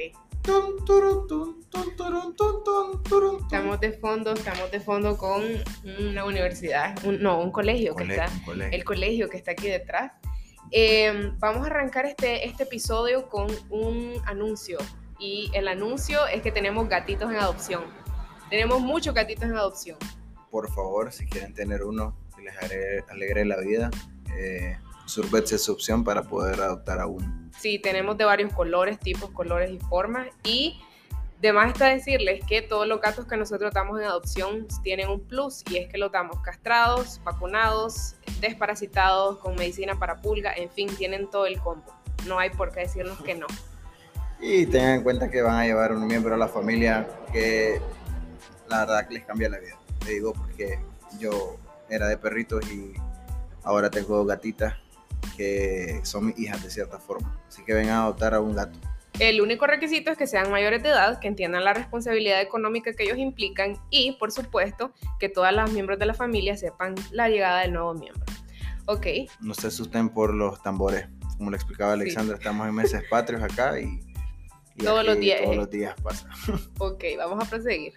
Tun, turun, tun, tun, turun, tun, tun, turun, tun. Estamos de fondo con una universidad, un colegio que está, Un colegio. el colegio que está aquí detrás. Vamos a arrancar este episodio con un anuncio. Y el anuncio es que tenemos gatitos en adopción. Tenemos muchos gatitos en adopción. Por favor, si quieren tener uno que les alegre la vida, Surbets es su opción para poder adoptar a uno. Sí, tenemos de varios colores, tipos, colores y formas. Y de más está decirles que todos los gatos que nosotros damos en adopción tienen un plus, y es que los damos castrados, vacunados, desparasitados, con medicina para pulga, en fin, tienen todo el combo. No hay por qué decirnos que no. Y tengan en cuenta que van a llevar un miembro a la familia que la verdad que les cambia la vida. Le digo porque yo era de perritos y ahora tengo gatitas que son mis hijas de cierta forma. Así que vengan a adoptar a un gato. El único requisito es que sean mayores de edad, que entiendan la responsabilidad económica que ellos implican y, por supuesto, que todas las miembros de la familia sepan la llegada del nuevo miembro. Ok. No se asusten por los tambores. Como le explicaba Alexandra, estamos en meses patrios acá y todos los días pasa. Ok, vamos a proseguir.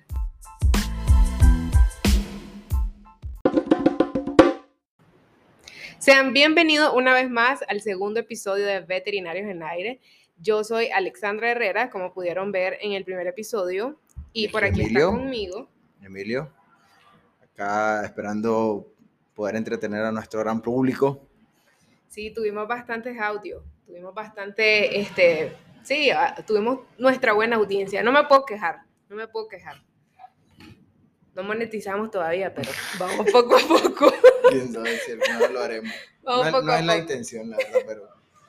Sean bienvenidos una vez más al segundo episodio de Veterinarios en Aire. Yo soy Alexandra Herrera, como pudieron ver en el primer episodio, y por aquí está conmigo Emilio, acá esperando poder entretener a nuestro gran público. Sí, tuvimos bastantes audios, tuvimos tuvimos nuestra buena audiencia. No me puedo quejar. No monetizamos todavía, pero vamos poco a poco. Quién sabe si al final lo haremos. No es la intención, la verdad, pero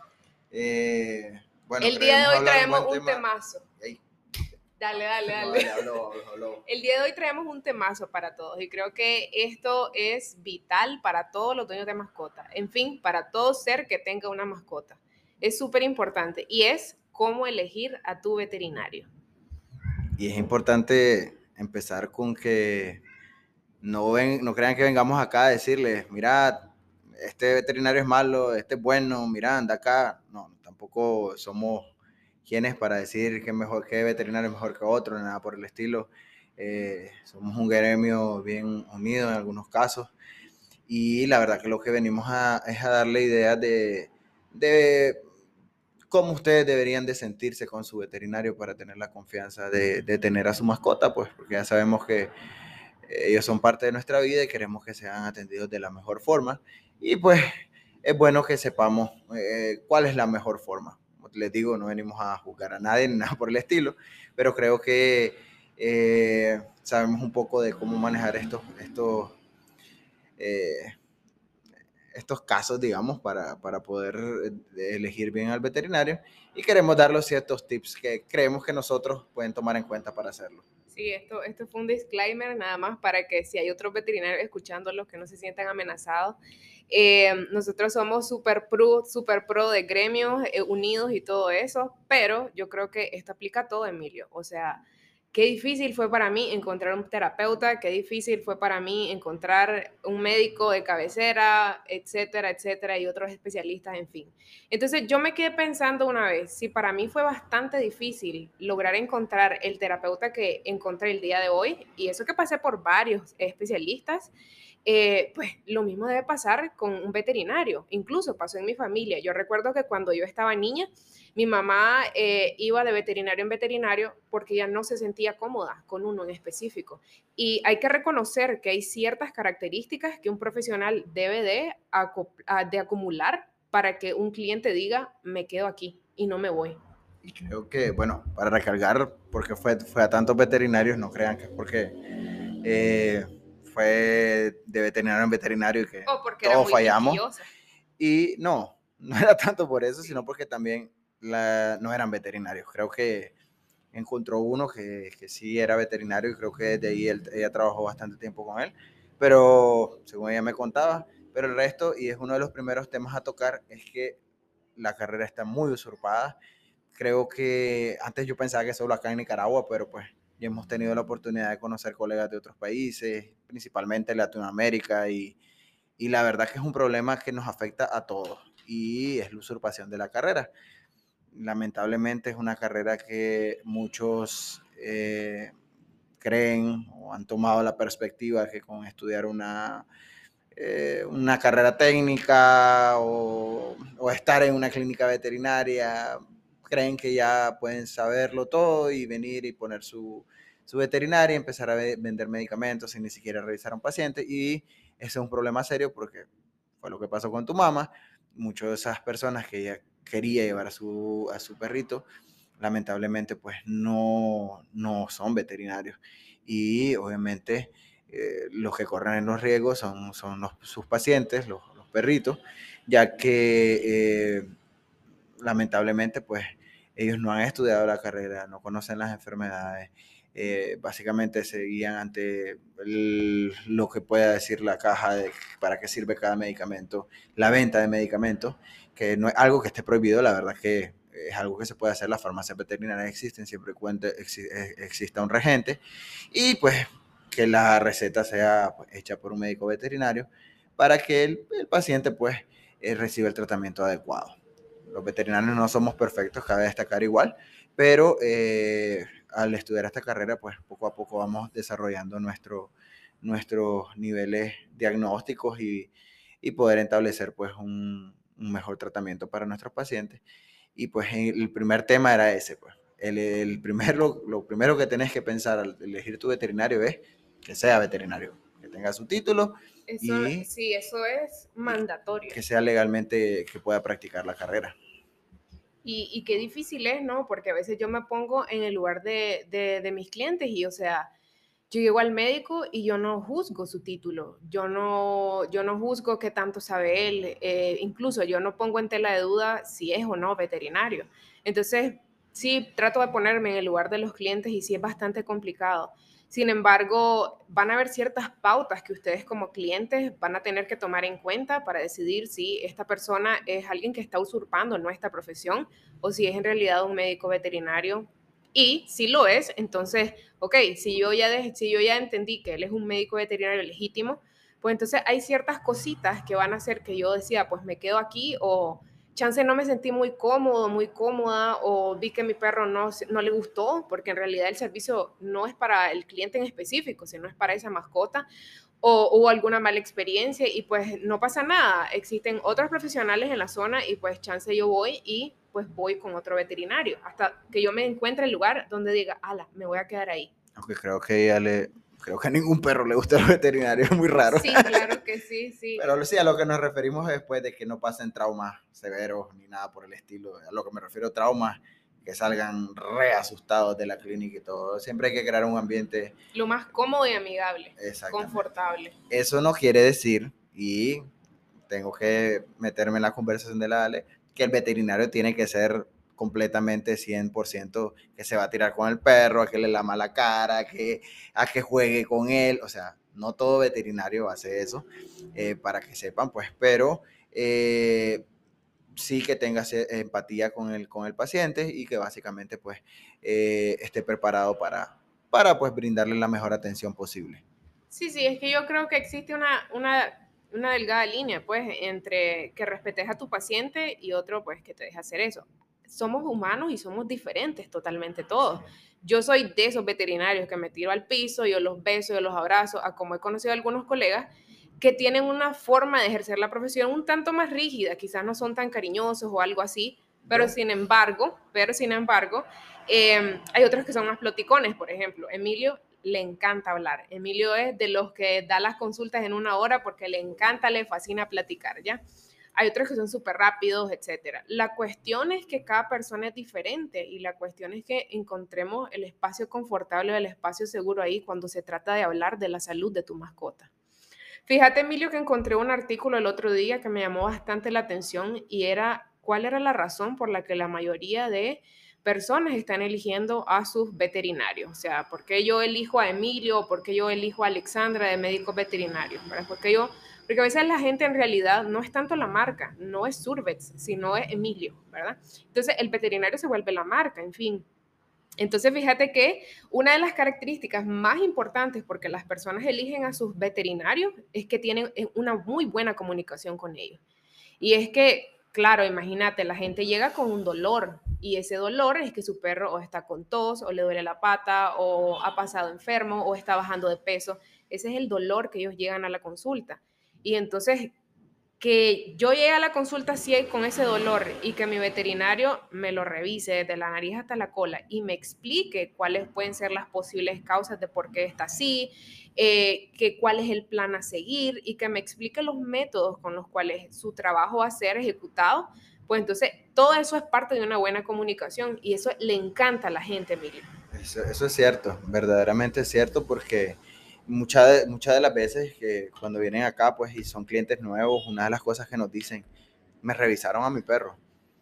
bueno, el día de hoy traemos un temazo. Ey. Dale. Habló. El día de hoy traemos un temazo para todos y creo que esto es vital para todos los dueños de mascotas. En fin, para todo ser que tenga una mascota. Es súper importante y es cómo elegir a tu veterinario. Y es importante empezar con que no crean que vengamos acá a decirles, mira, este veterinario es malo, este es bueno, mira, anda acá. No, tampoco somos quienes para decir qué veterinario es mejor que otro, nada por el estilo. Somos un gremio bien unido en algunos casos y la verdad que lo que venimos es a darle ideas de cómo ustedes deberían de sentirse con su veterinario para tener la confianza de tener a su mascota, pues porque ya sabemos que ellos son parte de nuestra vida y queremos que sean atendidos de la mejor forma y pues es bueno que sepamos cuál es la mejor forma. Como les digo, no venimos a juzgar a nadie ni nada por el estilo, pero creo que sabemos un poco de cómo manejar estos casos, digamos, para poder elegir bien al veterinario y queremos darles ciertos tips que creemos que nosotros pueden tomar en cuenta para hacerlo. Sí, esto fue un disclaimer nada más para que si hay otros veterinarios escuchándolos que no se sientan amenazados. Nosotros somos super pro de gremios unidos y todo eso, pero yo creo que esto aplica a todo, Emilio. O sea, qué difícil fue para mí encontrar un terapeuta, qué difícil fue para mí encontrar un médico de cabecera, etcétera, y otros especialistas, en fin. Entonces yo me quedé pensando una vez, si para mí fue bastante difícil lograr encontrar el terapeuta que encontré el día de hoy, y eso que pasé por varios especialistas, pues lo mismo debe pasar con un veterinario. Incluso pasó en mi familia. Yo recuerdo que cuando yo estaba niña, mi mamá iba de veterinario en veterinario porque ella no se sentía cómoda con uno en específico. Y hay que reconocer que hay ciertas características que un profesional debe de acumular para que un cliente diga, me quedo aquí y no me voy. Y creo que, bueno, para recargar, porque fue a tantos veterinarios, no crean que es porque fue de veterinario en veterinario y que todos fallamos. Quisquillosa. Y no era tanto por eso, sino porque también no eran veterinarios. Creo que encontró uno que sí era veterinario y creo que desde ahí ella trabajó bastante tiempo con él, pero según ella me contaba, pero el resto, y es uno de los primeros temas a tocar, es que la carrera está muy usurpada. Creo que antes yo pensaba que solo acá en Nicaragua, pero pues ya hemos tenido la oportunidad de conocer colegas de otros países, principalmente Latinoamérica, y la verdad que es un problema que nos afecta a todos y es la usurpación de la carrera. lamentablemente es una carrera que muchos creen o han tomado la perspectiva que con estudiar una carrera técnica o estar en una clínica veterinaria, creen que ya pueden saberlo todo y venir y poner su veterinaria y empezar a vender medicamentos sin ni siquiera revisar a un paciente. Y ese es un problema serio porque fue lo que pasó con tu mamá. Muchas de esas personas que ella quería llevar a su perrito, lamentablemente pues no son veterinarios. Y obviamente los que corren los riesgos son sus pacientes, los perritos, ya que lamentablemente pues ellos no han estudiado la carrera, no conocen las enfermedades, básicamente se guían ante lo que pueda decir la caja de para qué sirve cada medicamento, la venta de medicamentos, que no es algo que esté prohibido, la verdad que es algo que se puede hacer, las farmacias veterinarias existen siempre y cuando exista un regente y pues que la receta sea pues, hecha por un médico veterinario para que el paciente pues reciba el tratamiento adecuado. Los veterinarios no somos perfectos, cabe destacar igual, pero al estudiar esta carrera, pues poco a poco vamos desarrollando nuestros niveles diagnósticos y poder establecer pues un mejor tratamiento para nuestros pacientes. Y pues el primer tema era ese, pues. Lo primero que tenés que pensar al elegir tu veterinario es que sea veterinario, que tenga su título Eso, y, sí, eso es mandatorio. que sea legalmente que pueda practicar la carrera. Y qué difícil es, ¿no? Porque a veces yo me pongo en el lugar de mis clientes y, o sea, yo llego al médico y yo no juzgo su título, yo no juzgo qué tanto sabe él, incluso yo no pongo en tela de duda si es o no veterinario. Entonces, sí, trato de ponerme en el lugar de los clientes y sí es bastante complicado. Sin embargo, van a haber ciertas pautas que ustedes como clientes van a tener que tomar en cuenta para decidir si esta persona es alguien que está usurpando nuestra profesión o si es en realidad un médico veterinario. Y si lo es, entonces, ok, si yo ya entendí que él es un médico veterinario legítimo, pues entonces hay ciertas cositas que van a hacer que yo decía, pues me quedo aquí o chance no me sentí muy cómodo, muy cómoda o vi que mi perro no le gustó porque en realidad el servicio no es para el cliente en específico, sino es para esa mascota o hubo alguna mala experiencia y pues no pasa nada. Existen otros profesionales en la zona y pues chance yo voy y pues voy con otro veterinario hasta que yo me encuentre el lugar donde diga, ala, me voy a quedar ahí. Aunque creo que a ningún perro le gusta el veterinario, es muy raro. Sí, claro que sí, sí. Pero sí, a lo que nos referimos es después de que no pasen traumas severos ni nada por el estilo. A lo que me refiero, traumas que salgan re asustados de la clínica y todo. Siempre hay que crear un ambiente. Lo más cómodo y amigable, Exactamente. confortable. Eso no quiere decir, y tengo que meterme en la conversación de la Ale, que el veterinario tiene que ser completamente 100% que se va a tirar con el perro, a que le lama la cara, a que juegue con él. O sea, no todo veterinario hace eso, para que sepan, pues, pero sí que tengas empatía con el paciente y que básicamente pues esté preparado para pues brindarle la mejor atención posible. Sí, sí, es que yo creo que existe una delgada línea, pues, entre que respetes a tu paciente y otro, pues, que te deje hacer eso. Somos humanos y somos diferentes totalmente todos. Yo soy de esos veterinarios que me tiro al piso, yo los beso, yo los abrazo, a como he conocido a algunos colegas que tienen una forma de ejercer la profesión un tanto más rígida, quizás no son tan cariñosos o algo así, pero sin embargo, hay otros que son más ploticones, por ejemplo, Emilio le encanta hablar. Emilio es de los que da las consultas en una hora porque le encanta, le fascina platicar, ¿ya? Hay otros que son súper rápidos, etcétera. La cuestión es que cada persona es diferente y la cuestión es que encontremos el espacio confortable, el espacio seguro ahí cuando se trata de hablar de la salud de tu mascota. Fíjate, Emilio, que encontré un artículo el otro día que me llamó bastante la atención y era cuál era la razón por la que la mayoría de personas están eligiendo a sus veterinarios. O sea, ¿por qué yo elijo a Emilio o por qué yo elijo a Alexandra de médicos veterinarios? Porque a veces la gente en realidad no es tanto la marca, no es Survex, sino es Emilio, ¿verdad? Entonces el veterinario se vuelve la marca, en fin. Entonces, fíjate que una de las características más importantes porque las personas eligen a sus veterinarios es que tienen una muy buena comunicación con ellos. Y es que, claro, imagínate, la gente llega con un dolor Y ese dolor es que su perro o está con tos, o le duele la pata, o ha pasado enfermo, o está bajando de peso. Ese es el dolor que ellos llegan a la consulta. Y entonces, que yo llegue a la consulta así con ese dolor y que mi veterinario me lo revise desde la nariz hasta la cola y me explique cuáles pueden ser las posibles causas de por qué está así, que cuál es el plan a seguir y que me explique los métodos con los cuales su trabajo va a ser ejecutado, pues entonces todo eso es parte de una buena comunicación y eso le encanta a la gente, Emilio. Eso es cierto, verdaderamente es cierto, porque muchas de las veces que cuando vienen acá, pues, y son clientes nuevos, una de las cosas que nos dicen, me revisaron a mi perro.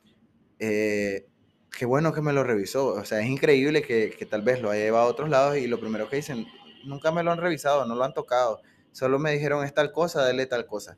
Eh, Qué bueno que me lo revisó. O sea, es increíble que tal vez lo haya llevado a otros lados y lo primero que dicen, nunca me lo han revisado, no lo han tocado. Solo me dijeron es tal cosa, dale tal cosa.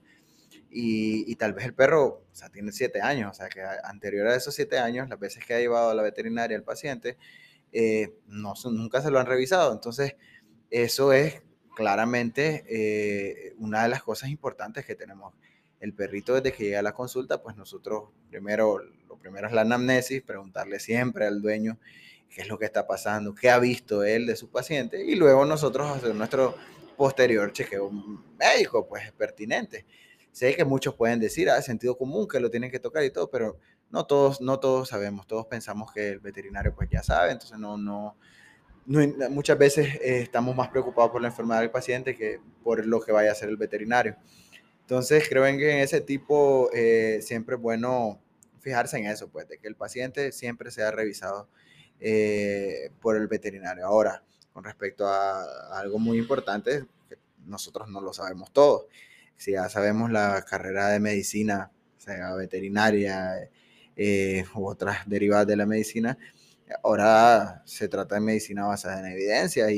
Y tal vez el perro, o sea, tiene 7 años, o sea, que anterior a esos 7 años, las veces que ha llevado a la veterinaria al paciente, no, nunca se lo han revisado. Entonces, eso es claramente una de las cosas importantes que tenemos. El perrito desde que llega a la consulta, pues nosotros lo primero es la anamnesis, preguntarle siempre al dueño qué es lo que está pasando, qué ha visto él de su paciente y luego nosotros hacer nuestro posterior chequeo médico, pues pertinente. Sé que muchos pueden decir, sentido común, que lo tienen que tocar y todo, pero no todos sabemos, todos pensamos que el veterinario pues ya sabe, entonces muchas veces estamos más preocupados por la enfermedad del paciente que por lo que vaya a hacer el veterinario. Entonces, creo que en ese tipo siempre es bueno fijarse en eso, pues, de que el paciente siempre sea revisado por el veterinario. Ahora, con respecto a algo muy importante, que nosotros no lo sabemos todo. Si ya sabemos la carrera de medicina, sea veterinaria u otras derivadas de la medicina, ahora se trata de medicina basada en evidencia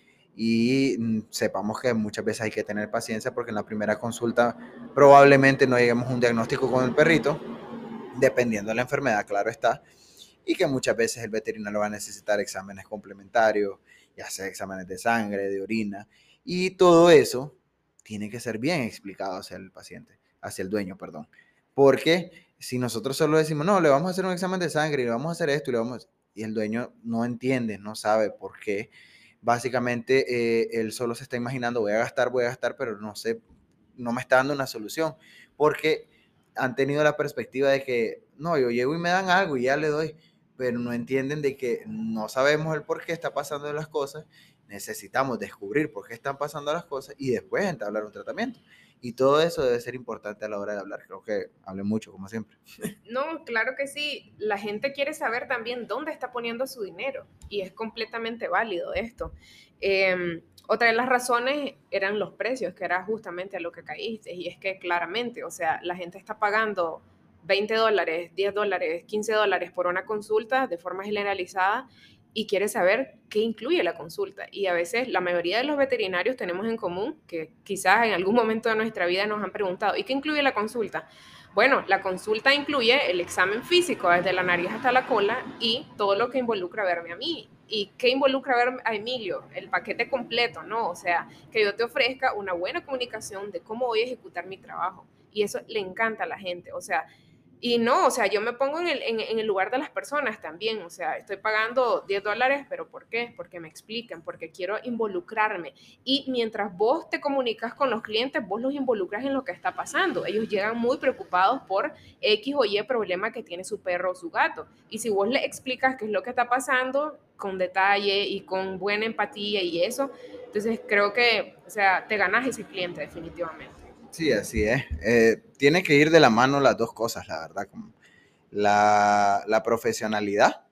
y sepamos que muchas veces hay que tener paciencia porque en la primera consulta probablemente no lleguemos a un diagnóstico con el perrito, dependiendo de la enfermedad, claro está, y que muchas veces el veterinario va a necesitar exámenes complementarios, ya sea exámenes de sangre, de orina, y todo eso tiene que ser bien explicado hacia el paciente, hacia el dueño, perdón. Porque si nosotros solo decimos, no, le vamos a hacer un examen de sangre y le vamos a hacer esto y el dueño no entiende, no sabe por qué, básicamente él solo se está imaginando, voy a gastar, pero no sé, no me está dando una solución, porque han tenido la perspectiva de que, no, yo llego y me dan algo y ya le doy, pero no entienden de que no sabemos el por qué está pasando las cosas, necesitamos descubrir por qué están pasando las cosas y después entablar un tratamiento. Y todo eso debe ser importante a la hora de hablar. Creo que hablé mucho, como siempre. No, claro que sí. La gente quiere saber también dónde está poniendo su dinero y es completamente válido esto. Otra de las razones eran los precios, que era justamente a lo que caíste. Y es que claramente, o sea, la gente está pagando $20, $10, $15 por una consulta de forma generalizada y quiere saber qué incluye la consulta. Y a veces la mayoría de los veterinarios tenemos en común que quizás en algún momento de nuestra vida nos han preguntado, ¿y qué incluye la consulta? Bueno, la consulta incluye el examen físico desde la nariz hasta la cola y todo lo que involucra verme a mí. ¿Y qué involucra ver a Emilio? El paquete completo, ¿no? O sea, que yo te ofrezca una buena comunicación de cómo voy a ejecutar mi trabajo. Y eso le encanta a la gente. O sea, y no, o sea, yo me pongo en el lugar de las personas también, o sea, estoy pagando $10, pero ¿por qué? Porque me explican, porque quiero involucrarme. Y mientras vos te comunicas con los clientes, vos los involucras en lo que está pasando. Ellos llegan muy preocupados por X o Y problema que tiene su perro o su gato. Y si vos le explicas qué es lo que está pasando con detalle y con buena empatía y eso, entonces creo que, o sea, te ganas ese cliente definitivamente. Sí, así es. Tiene que ir de la mano las dos cosas, la verdad, como la profesionalidad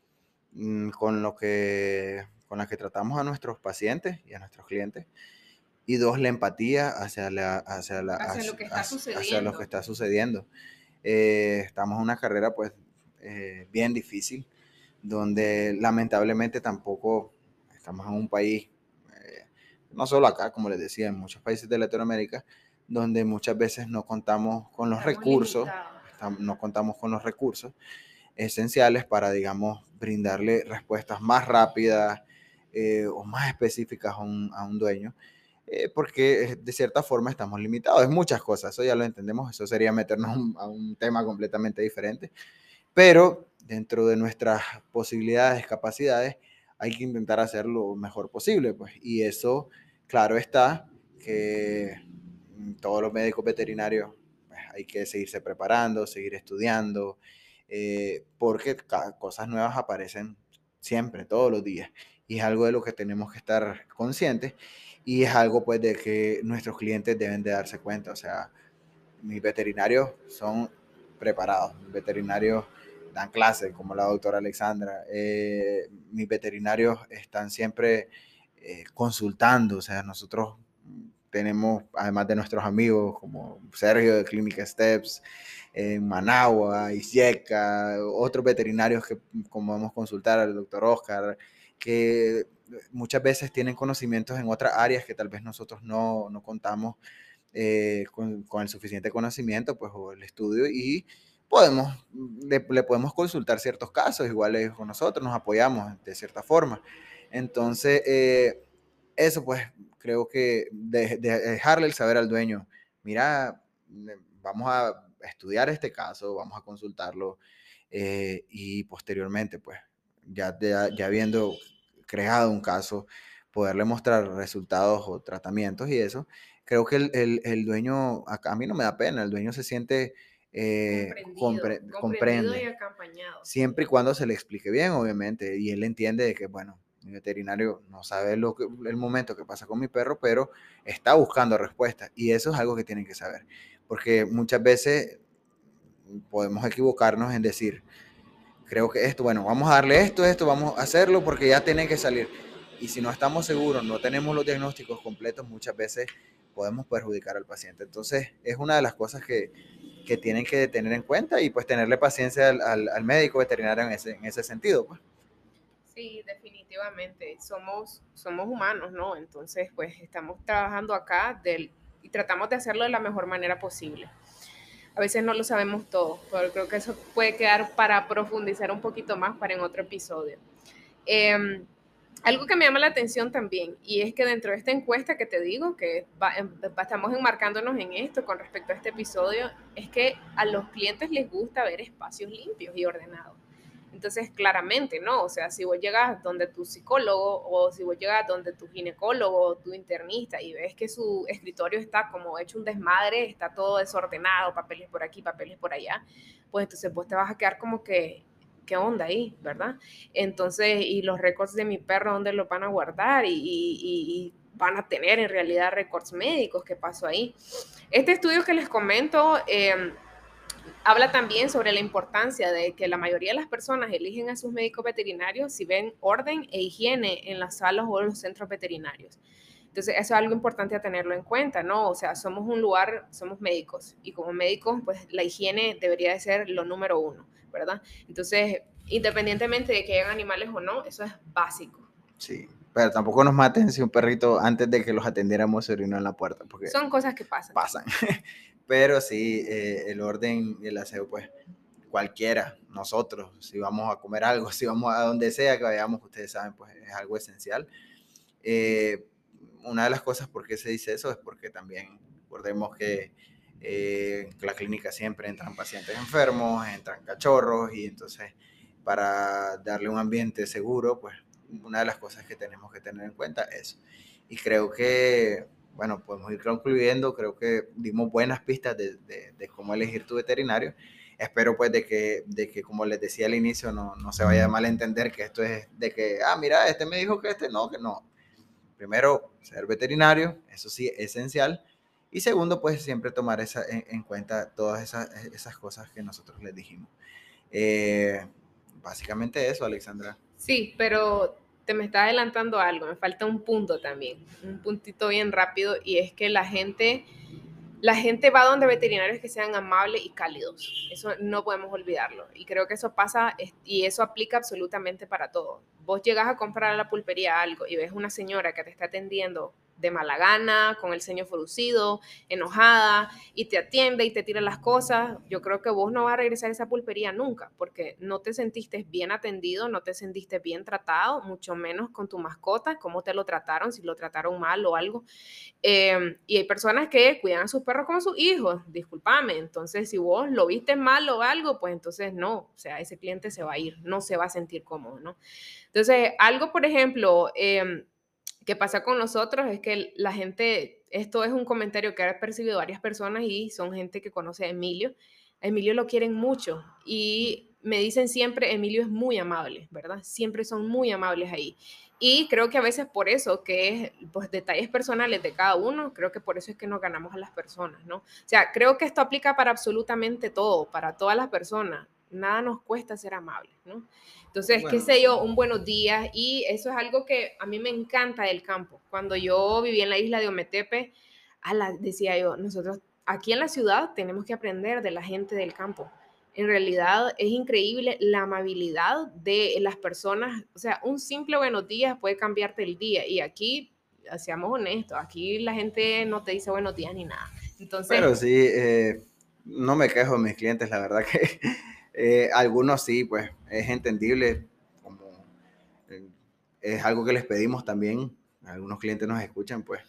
con la que tratamos a nuestros pacientes y a nuestros clientes. Y dos, la empatía Hacia lo que está hacia lo que sucediendo. está sucediendo. Estamos en una carrera pues bien difícil, donde lamentablemente tampoco estamos en un país, no solo acá, como les decía, en muchos países de Latinoamérica, donde muchas veces no contamos con los Estamos recursos, limitados. no contamos con los recursos esenciales para, digamos, brindarle respuestas más rápidas o más específicas a un dueño, porque de cierta forma estamos limitados. Es muchas cosas, eso ya lo entendemos, eso sería meternos a un tema completamente diferente, pero dentro de nuestras posibilidades, capacidades, hay que intentar hacer lo mejor posible, pues. Y eso, claro está, que todos los médicos veterinarios pues, hay que seguirse preparando, seguir estudiando, porque cosas nuevas aparecen siempre, todos los días. Y es algo de lo que tenemos que estar conscientes y es algo pues de que nuestros clientes deben de darse cuenta. O sea, mis veterinarios son preparados, mis veterinarios dan clases, como la doctora Alexandra, mis veterinarios están siempre consultando, o sea, nosotros tenemos, además de nuestros amigos como Sergio de Clínica Steps, en Managua, Isieca, otros veterinarios que como podemos consultar, al doctor Oscar, que muchas veces tienen conocimientos en otras áreas que tal vez nosotros no contamos con el suficiente conocimiento pues, o el estudio y podemos, le podemos consultar ciertos casos, iguales con nosotros, nos apoyamos de cierta forma. Entonces, eso pues creo que de dejarle el saber al dueño, mira, vamos a estudiar este caso, vamos a consultarlo y posteriormente pues ya habiendo creado un caso, poderle mostrar resultados o tratamientos y eso, creo que el dueño, a mí no me da pena, el dueño se siente, comprendido y comprende, acompañado. siempre y cuando se le explique bien, obviamente, y él entiende de que, bueno, mi veterinario no sabe el momento que pasa con mi perro, pero está buscando respuestas, y eso es algo que tienen que saber, porque muchas veces podemos equivocarnos en decir, creo que esto, bueno, vamos a darle esto, vamos a hacerlo porque ya tiene que salir. Y si no estamos seguros, no tenemos los diagnósticos completos, muchas veces podemos perjudicar al paciente. Entonces, es una de las cosas que tienen que tener en cuenta y pues tenerle paciencia al médico veterinario en ese sentido. Pues. Sí, definitivamente. Somos humanos, ¿no? Entonces, pues estamos trabajando acá y tratamos de hacerlo de la mejor manera posible. A veces no lo sabemos todo, pero creo que eso puede quedar para profundizar un poquito más para en otro episodio. Algo que me llama la atención también, y es que dentro de esta encuesta que te digo, que estamos enmarcándonos en esto con respecto a este episodio, es que a los clientes les gusta ver espacios limpios y ordenados. Entonces, claramente, ¿no? O sea, si vos llegas donde tu psicólogo o si vos llegas donde tu ginecólogo o tu internista y ves que su escritorio está como hecho un desmadre, está todo desordenado, papeles por aquí, papeles por allá, pues entonces vos te vas a quedar como que, ¿qué onda ahí, verdad? Entonces, y los récords de mi perro, ¿dónde los van a guardar? Y van a tener en realidad récords médicos, ¿qué pasó ahí? Este estudio que les comento habla también sobre la importancia de que la mayoría de las personas eligen a sus médicos veterinarios si ven orden e higiene en las salas o en los centros veterinarios. Entonces, eso es algo importante a tenerlo en cuenta, ¿no? O sea, somos un lugar, somos médicos y como médicos, pues la higiene debería de ser lo número uno, ¿verdad? Entonces, independientemente de que hayan animales o no, eso es básico. Sí, pero tampoco nos maten si un perrito antes de que los atendiéramos se orinó en la puerta, porque Son cosas que pasan. pasan. Pero sí, el orden y el aseo, pues cualquiera, nosotros, si vamos a comer algo, si vamos a donde sea que vayamos, ustedes saben, pues es algo esencial. Una de las cosas por qué se dice eso es porque también recordemos que en la clínica siempre entran pacientes enfermos, entran cachorros y entonces para darle un ambiente seguro, pues una de las cosas que tenemos que tener en cuenta es eso. Y creo que, bueno, podemos ir concluyendo, creo que dimos buenas pistas de cómo elegir tu veterinario. Espero pues de que como les decía al inicio, no se vaya a malentender que esto es de que, mira, este me dijo que este no, que no. Primero, ser veterinario, eso sí, es esencial. Y segundo, pues siempre tomar en cuenta todas esas cosas que nosotros les dijimos. Eh, Básicamente eso, Alexandra. Sí, pero te me está adelantando algo, me falta un punto también, un puntito bien rápido, y es que la gente va donde veterinarios que sean amables y cálidos. Eso no podemos olvidarlo. Y creo que eso pasa y eso aplica absolutamente para todo. Vos llegas a comprar a la pulpería algo y ves una señora que te está atendiendo de mala gana, con el ceño fruncido, enojada, y te atiende y te tira las cosas, yo creo que vos no vas a regresar a esa pulpería nunca, porque no te sentiste bien atendido, no te sentiste bien tratado, mucho menos con tu mascota, cómo te lo trataron, si lo trataron mal o algo. Y hay personas que cuidan a sus perros como sus hijos, discúlpame, entonces si vos lo viste mal o algo, pues entonces no, o sea, ese cliente se va a ir, no se va a sentir cómodo, ¿no? Entonces, algo, por ejemplo, que pasa con nosotros es que la gente, esto es un comentario que ha percibido varias personas y son gente que conoce a Emilio. A Emilio lo quieren mucho y me dicen siempre, Emilio es muy amable, ¿verdad? Siempre son muy amables ahí. Y creo que a veces por eso, que es pues detalles personales de cada uno, creo que por eso es que nos ganamos a las personas, ¿no? O sea, creo que esto aplica para absolutamente todo, para todas las personas. Nada nos cuesta ser amables, ¿no? Entonces, qué Bueno, sé sí. yo, un buenos días y eso es algo que a mí me encanta del campo. Cuando yo viví en la isla de Ometepe, decía yo, nosotros aquí en la ciudad tenemos que aprender de la gente del campo. En realidad es increíble la amabilidad de las personas, o sea, un simple buenos días puede cambiarte el día y aquí, seamos honestos, aquí la gente no te dice buenos días ni nada. Entonces, Pero sí, no me quejo de mis clientes, la verdad que algunos sí, pues es entendible, como eh, es algo que les pedimos también, algunos clientes nos escuchan, pues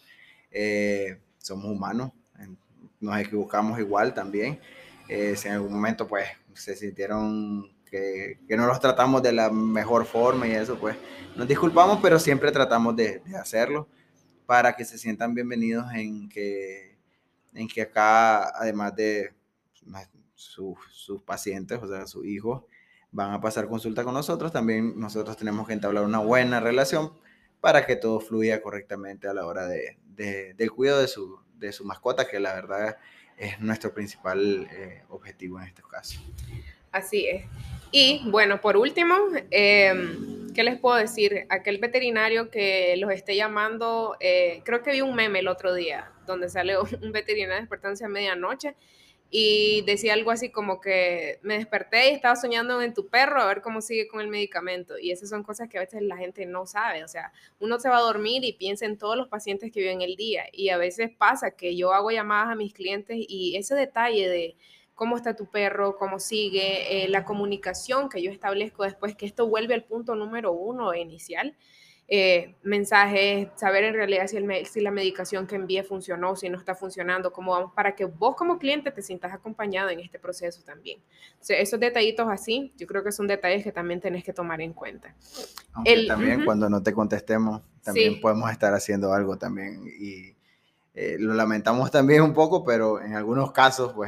somos humanos, nos equivocamos igual también, si en algún momento pues se sintieron que no los tratamos de la mejor forma y eso, pues nos disculpamos, pero siempre tratamos de hacerlo para que se sientan bienvenidos en que acá, además de sus pacientes, o sea, sus hijos, van a pasar consulta con nosotros, también nosotros tenemos que entablar una buena relación para que todo fluya correctamente a la hora del cuidado de su mascota, que la verdad es nuestro principal objetivo en estos casos. así es. Y bueno, por último, ¿qué les puedo decir? Aquel veterinario que los esté llamando, creo que vi un meme el otro día donde sale un veterinario despertándose a medianoche y decía algo así como que me desperté y estaba soñando en tu perro a ver cómo sigue con el medicamento. Y esas son cosas que a veces la gente no sabe. O sea, uno se va a dormir y piensa en todos los pacientes que viven el día. Y a veces pasa que yo hago llamadas a mis clientes y ese detalle de cómo está tu perro, cómo sigue, la comunicación que yo establezco después, que esto vuelve al punto número uno inicial, mensajes, saber en realidad si la medicación que envié funcionó, si no está funcionando, cómo vamos, para que vos como cliente te sientas acompañado en este proceso también. O sea, esos detallitos así, yo creo que son detalles que también tenés que tomar en cuenta. Aunque también cuando no te contestemos, también Sí, podemos estar haciendo algo también y lo lamentamos también un poco, pero en algunos casos, pues,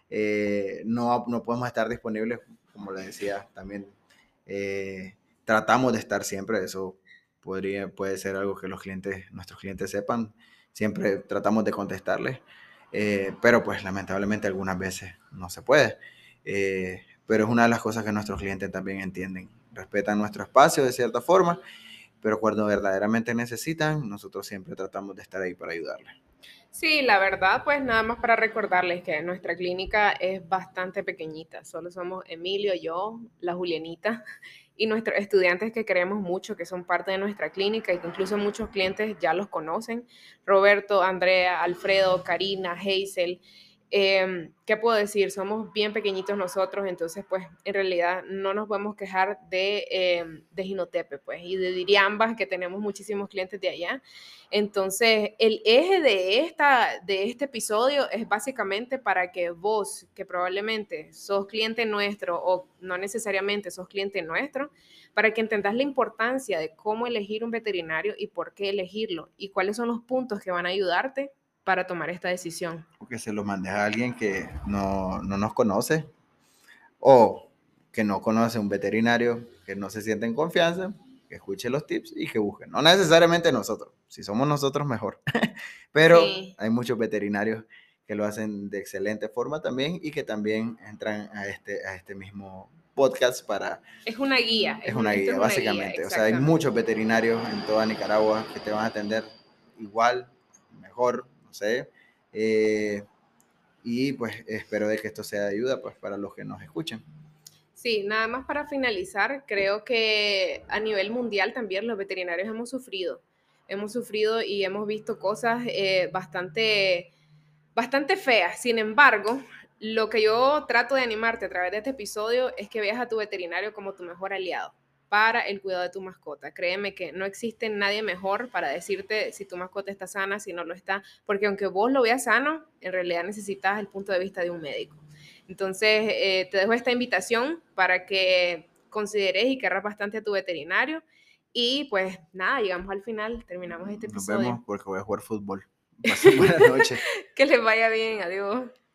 no podemos estar disponibles, como le decía, también tratamos de estar siempre, eso puede ser algo que nuestros clientes sepan, siempre tratamos de contestarles, pero pues lamentablemente algunas veces no se puede. Pero es una de las cosas que nuestros clientes también entienden, respetan nuestro espacio de cierta forma, pero cuando verdaderamente necesitan, nosotros siempre tratamos de estar ahí para ayudarles. sí, la verdad, pues nada más para recordarles que nuestra clínica es bastante pequeñita. Solo somos Emilio, yo, la Julianita y nuestros estudiantes que queremos mucho, que son parte de nuestra clínica y que incluso muchos clientes ya los conocen. Roberto, Andrea, Alfredo, Karina, Hazel. ¿Qué puedo decir? Somos bien pequeñitos nosotros, entonces pues en realidad no nos podemos quejar de Jinotepe, pues, y de Diriambas, que tenemos muchísimos clientes de allá. Entonces, el eje de este episodio es básicamente para que vos, que probablemente sos cliente nuestro o no necesariamente sos cliente nuestro, para que entendas la importancia de cómo elegir un veterinario y por qué elegirlo y cuáles son los puntos que van a ayudarte para tomar esta decisión. O que se lo mandes a alguien que no nos conoce o que no conoce un veterinario, que no se siente en confianza, que escuche los tips y que busque. No necesariamente nosotros, si somos nosotros mejor, pero Sí, hay muchos veterinarios que lo hacen de excelente forma también y que también entran a este mismo podcast para, es una guía, es una esto es guía una guía, básicamente. O sea, hay muchos exactamente. veterinarios en toda Nicaragua que te van a atender igual, mejor, no sé. Y pues espero de que esto sea de ayuda pues para los que nos escuchen. Sí, nada más para finalizar, creo que a nivel mundial también los veterinarios hemos sufrido. hemos sufrido y hemos visto cosas bastante feas. Sin embargo, lo que yo trato de animarte a través de este episodio es que veas a tu veterinario como tu mejor aliado para el cuidado de tu mascota. Créeme que no existe nadie mejor para decirte si tu mascota está sana, si no lo está, porque aunque vos lo veas sano, en realidad necesitas el punto de vista de un médico. Entonces, te dejo esta invitación para que consideres y querrás bastante a tu veterinario. Y pues nada, llegamos al final, terminamos este Nos episodio. vemos porque voy a jugar fútbol. Pasen buena noche. Que les vaya bien, adiós.